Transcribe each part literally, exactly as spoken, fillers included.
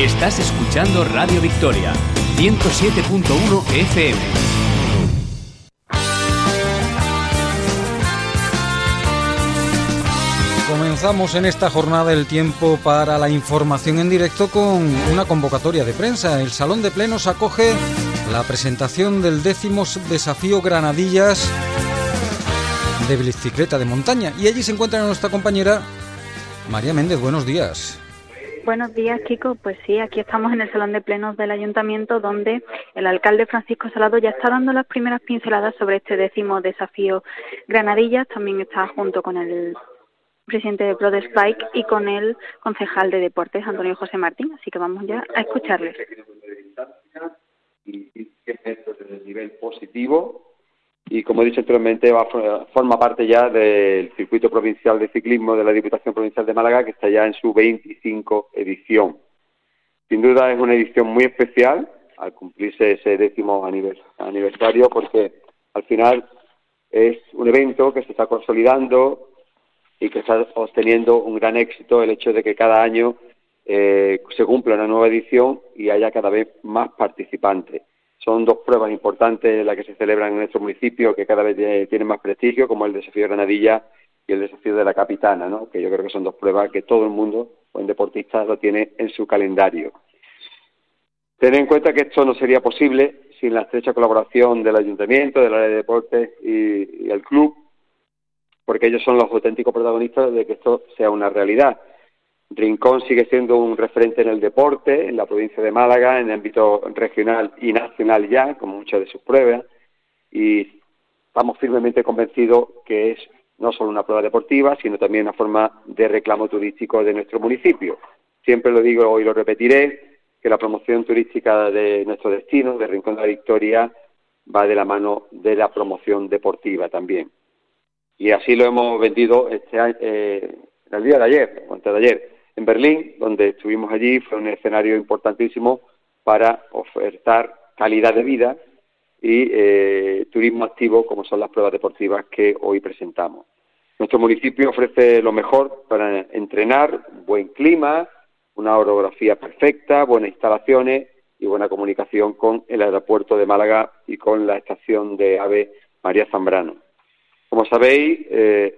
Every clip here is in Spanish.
Estás escuchando Radio Victoria, ciento siete punto uno F M. Comenzamos en esta jornada el tiempo para la información en directo con una convocatoria de prensa. El Salón de Plenos acoge la presentación del décimo desafío Granadillas de bicicleta de montaña. Y allí se encuentra nuestra compañera María Méndez. Buenos días. Buenos días, chicos. Pues sí, aquí estamos en el Salón de Plenos del Ayuntamiento, donde el alcalde Francisco Salado ya está dando las primeras pinceladas sobre este décimo desafío Granadillas. También está junto con el presidente de Brothers Bike y con el concejal de Deportes, Antonio José Martín. Así que vamos ya a escucharles. Y diez metros en el nivel positivo. Y como he dicho anteriormente, va, forma parte ya del circuito provincial de ciclismo de la Diputación Provincial de Málaga, que está ya en su veinticinco edición. Sin duda es una edición muy especial al cumplirse ese décimo aniversario, porque al final es un evento que se está consolidando y que está obteniendo un gran éxito el hecho de que cada año eh, se cumpla una nueva edición y haya cada vez más participantes. Son dos pruebas importantes las que se celebran en nuestro municipio, que cada vez tienen más prestigio, como el desafío de Granadilla y el desafío de la Capitana, ¿no? Que yo creo que son dos pruebas que todo el mundo, buen deportista, lo tiene en su calendario. Tener en cuenta que esto no sería posible sin la estrecha colaboración del Ayuntamiento, del área de deportes y, y el club, porque ellos son los auténticos protagonistas de que esto sea una realidad. Rincón sigue siendo un referente en el deporte, en la provincia de Málaga, en el ámbito regional y nacional ya, con muchas de sus pruebas, y estamos firmemente convencidos que es no solo una prueba deportiva, sino también una forma de reclamo turístico de nuestro municipio. Siempre lo digo, hoy lo repetiré, que la promoción turística de nuestro destino, de Rincón de la Victoria, va de la mano de la promoción deportiva también. Y así lo hemos vendido este año, eh, el día de ayer, o antes de ayer, en Berlín, donde estuvimos allí. Fue un escenario importantísimo para ofertar calidad de vida y eh, turismo activo, como son las pruebas deportivas que hoy presentamos. Nuestro municipio ofrece lo mejor para entrenar: buen clima, una orografía perfecta, buenas instalaciones y buena comunicación con el aeropuerto de Málaga y con la estación de AVE María Zambrano. Como sabéis, eh,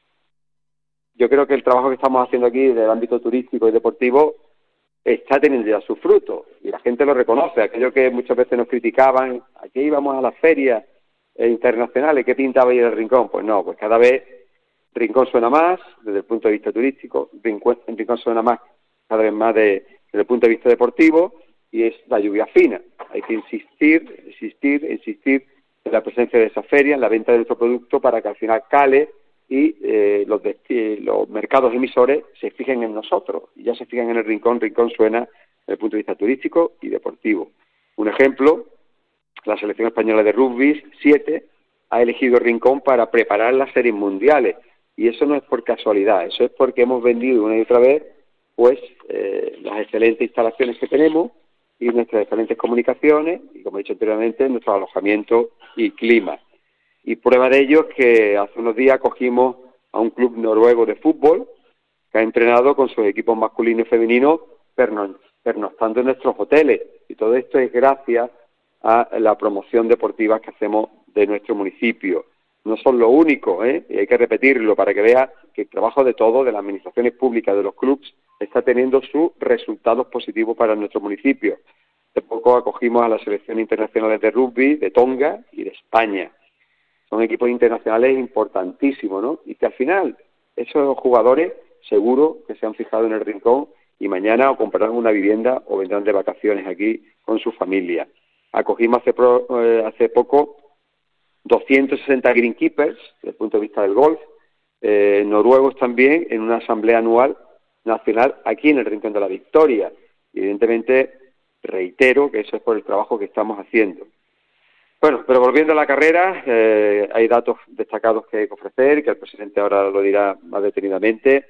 yo creo que el trabajo que estamos haciendo aquí en el ámbito turístico y deportivo está teniendo ya sus frutos y la gente lo reconoce. Aquello que muchas veces nos criticaban, aquí íbamos a las ferias eh, internacionales, ¿qué pintaba ir el Rincón? Pues no, pues cada vez Rincón suena más desde el punto de vista turístico, Rincón, Rincón suena más cada vez más de, desde el punto de vista deportivo, y es la lluvia fina. Hay que insistir, insistir, insistir en la presencia de esa feria, en la venta de nuestro producto, para que al final cale y eh, los, de, eh, los mercados emisores se fijen en nosotros, y ya se fijan en el Rincón. Rincón suena desde el punto de vista turístico y deportivo. Un ejemplo, la selección española de rugby siete ha elegido Rincón para preparar las series mundiales, y eso no es por casualidad, eso es porque hemos vendido una y otra vez pues eh, las excelentes instalaciones que tenemos y nuestras excelentes comunicaciones, y como he dicho anteriormente, nuestro alojamiento y clima. Y prueba de ello es que hace unos días acogimos a un club noruego de fútbol que ha entrenado con sus equipos masculino y femenino pernoctando en nuestros hoteles. Y todo esto es gracias a la promoción deportiva que hacemos de nuestro municipio. No son lo único, ¿eh? Y hay que repetirlo para que vea que el trabajo de todos, de las administraciones públicas, de los clubes, está teniendo sus resultados positivos para nuestro municipio. Hace poco acogimos a las selecciones internacionales de rugby de Tonga y de España. Son equipos internacionales importantísimos, ¿no? Y que al final esos jugadores seguro que se han fijado en el Rincón y mañana o comprarán una vivienda o vendrán de vacaciones aquí con su familia. Acogimos hace, pro, eh, hace poco doscientos sesenta greenkeepers desde el punto de vista del golf, eh, noruegos también, en una asamblea anual nacional aquí en el Rincón de la Victoria. Evidentemente, reitero que eso es por el trabajo que estamos haciendo. Bueno, pero volviendo a la carrera, eh, hay datos destacados que hay que ofrecer, que el presidente ahora lo dirá más detenidamente.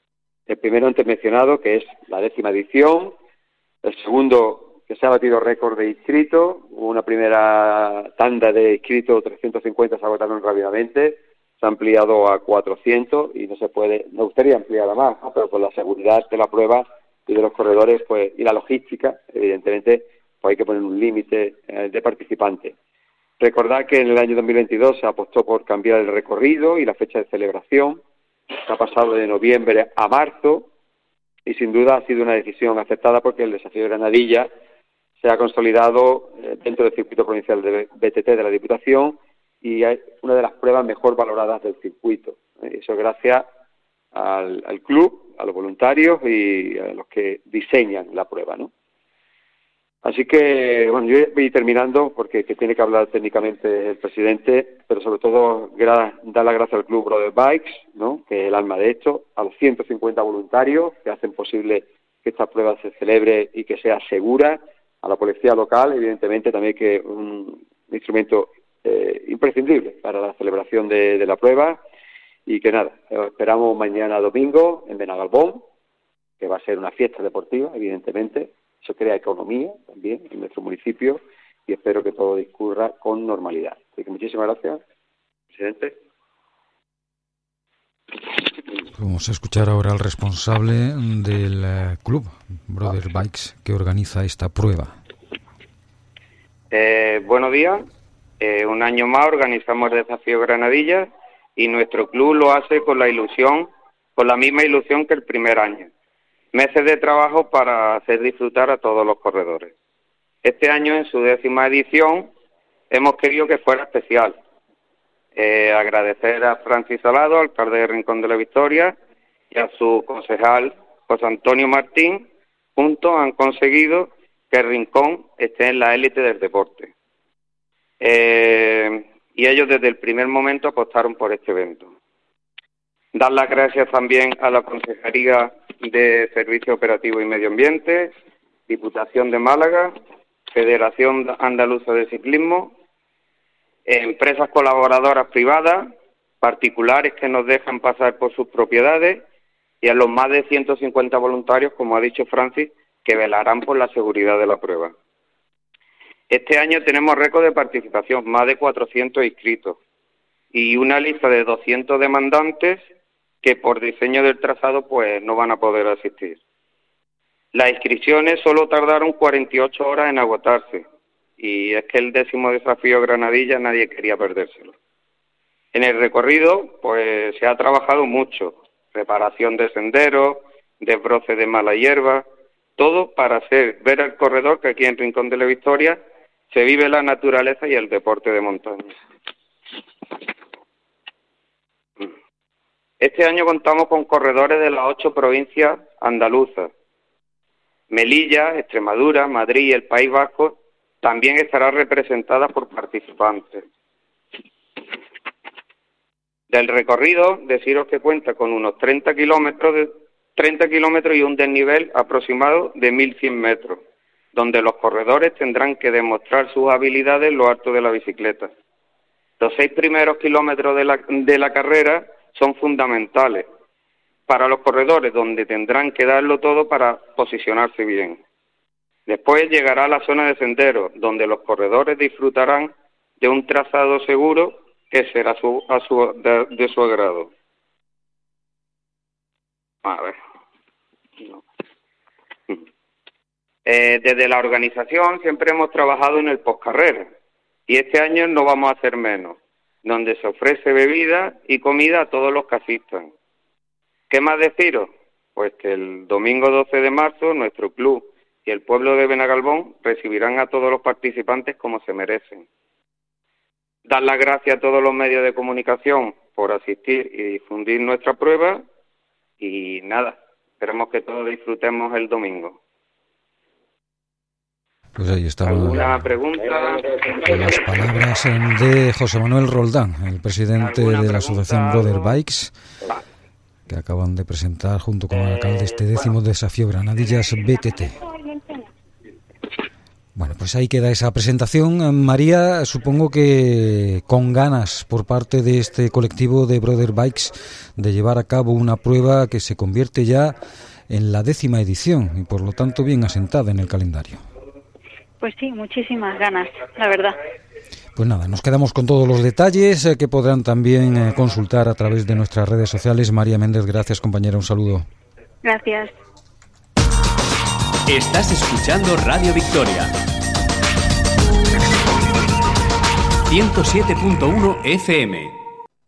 El primero antes mencionado, que es la décima edición. El segundo, que se ha batido récord de inscritos. Hubo una primera tanda de inscritos, trescientos cincuenta se agotaron rápidamente. Se ha ampliado a cuatrocientos y no se puede, me gustaría ampliar a más, ¿no? Pero con la seguridad de la prueba y de los corredores, pues, y la logística, evidentemente, pues hay que poner un límite eh, de participantes. Recordad que en el año dos mil veintidós se apostó por cambiar el recorrido y la fecha de celebración. Se ha pasado de noviembre a marzo y sin duda ha sido una decisión aceptada porque el desafío de Granadilla se ha consolidado eh, dentro del circuito provincial de B T T de la Diputación y es una de las pruebas mejor valoradas del circuito. Eh, eso gracias al, al club, a los voluntarios y a los que diseñan la prueba, ¿no? Así que, bueno, yo voy terminando porque que tiene que hablar técnicamente el presidente, pero sobre todo dar las gracias al Club Brother Bikes, ¿no?, que es el alma de esto, a los ciento cincuenta voluntarios que hacen posible que esta prueba se celebre y que sea segura, a la policía local, evidentemente también que es un instrumento eh, imprescindible para la celebración de, de la prueba, y que nada, esperamos mañana domingo en Benagalbón, que va a ser una fiesta deportiva, evidentemente. Eso crea economía también en nuestro municipio y espero que todo discurra con normalidad. Así que muchísimas gracias, presidente. Vamos a escuchar ahora al responsable del uh, club Brother Bikes que organiza esta prueba. Eh, buenos días. Eh, un año más organizamos el Desafío Granadilla y nuestro club lo hace con la ilusión, con la misma ilusión que el primer año. Meses de trabajo para hacer disfrutar a todos los corredores. Este año, en su décima edición, hemos querido que fuera especial. Eh, agradecer a Francis Salado, alcalde de Rincón de la Victoria, y a su concejal José Antonio Martín. Juntos han conseguido que Rincón esté en la élite del deporte. Eh, y ellos desde el primer momento apostaron por este evento. Dar las gracias también a la Consejería de Servicio Operativo y Medio Ambiente, Diputación de Málaga, Federación Andaluza de Ciclismo, empresas colaboradoras privadas, particulares que nos dejan pasar por sus propiedades y a los más de ciento cincuenta voluntarios, como ha dicho Francis, que velarán por la seguridad de la prueba. Este año tenemos récord de participación, más de cuatrocientos inscritos y una lista de doscientos demandantes que por diseño del trazado pues no van a poder asistir. Las inscripciones solo tardaron cuarenta y ocho horas en agotarse y es que el décimo desafío Granadilla nadie quería perdérselo. En el recorrido pues se ha trabajado mucho, reparación de senderos, desbroce de mala hierba, todo para hacer ver al corredor que aquí en Rincón de la Victoria se vive la naturaleza y el deporte de montaña. Este año contamos con corredores de las ocho provincias andaluzas. Melilla, Extremadura, Madrid y el País Vasco también estará representada por participantes. Del recorrido, deciros que cuenta con unos treinta kilómetros, de, treinta kilómetros y un desnivel aproximado de mil cien metros, donde los corredores tendrán que demostrar sus habilidades en lo alto de la bicicleta. Los seis primeros kilómetros de la, de la carrera son fundamentales para los corredores, donde tendrán que darlo todo para posicionarse bien. Después llegará la zona de senderos, donde los corredores disfrutarán de un trazado seguro que será su, a su, de, de su agrado. A ver. No. Eh, desde la organización siempre hemos trabajado en el postcarrera y este año no vamos a hacer menos, donde se ofrece bebida y comida a todos los que asistan. ¿Qué más deciros? Pues que el domingo doce de marzo nuestro club y el pueblo de Benagalbón recibirán a todos los participantes como se merecen. Dar las gracias a todos los medios de comunicación por asistir y difundir nuestra prueba y nada, esperemos que todos disfrutemos el domingo. Pues ahí estaban ¿Alguna pregunta? Las palabras de José Manuel Roldán, el presidente de la Asociación Brother Bikes, que acaban de presentar junto con el alcalde este décimo desafío Granadillas B T T. Bueno, pues ahí queda esa presentación. María, supongo que con ganas por parte de este colectivo de Brother Bikes de llevar a cabo una prueba que se convierte ya en la décima edición y por lo tanto bien asentada en el calendario. Pues sí, muchísimas ganas, la verdad. Pues nada, nos quedamos con todos los detalles eh, que podrán también eh, consultar a través de nuestras redes sociales. María Méndez, gracias compañera, un saludo. Gracias. Estás escuchando Radio Victoria. ciento siete punto uno F M.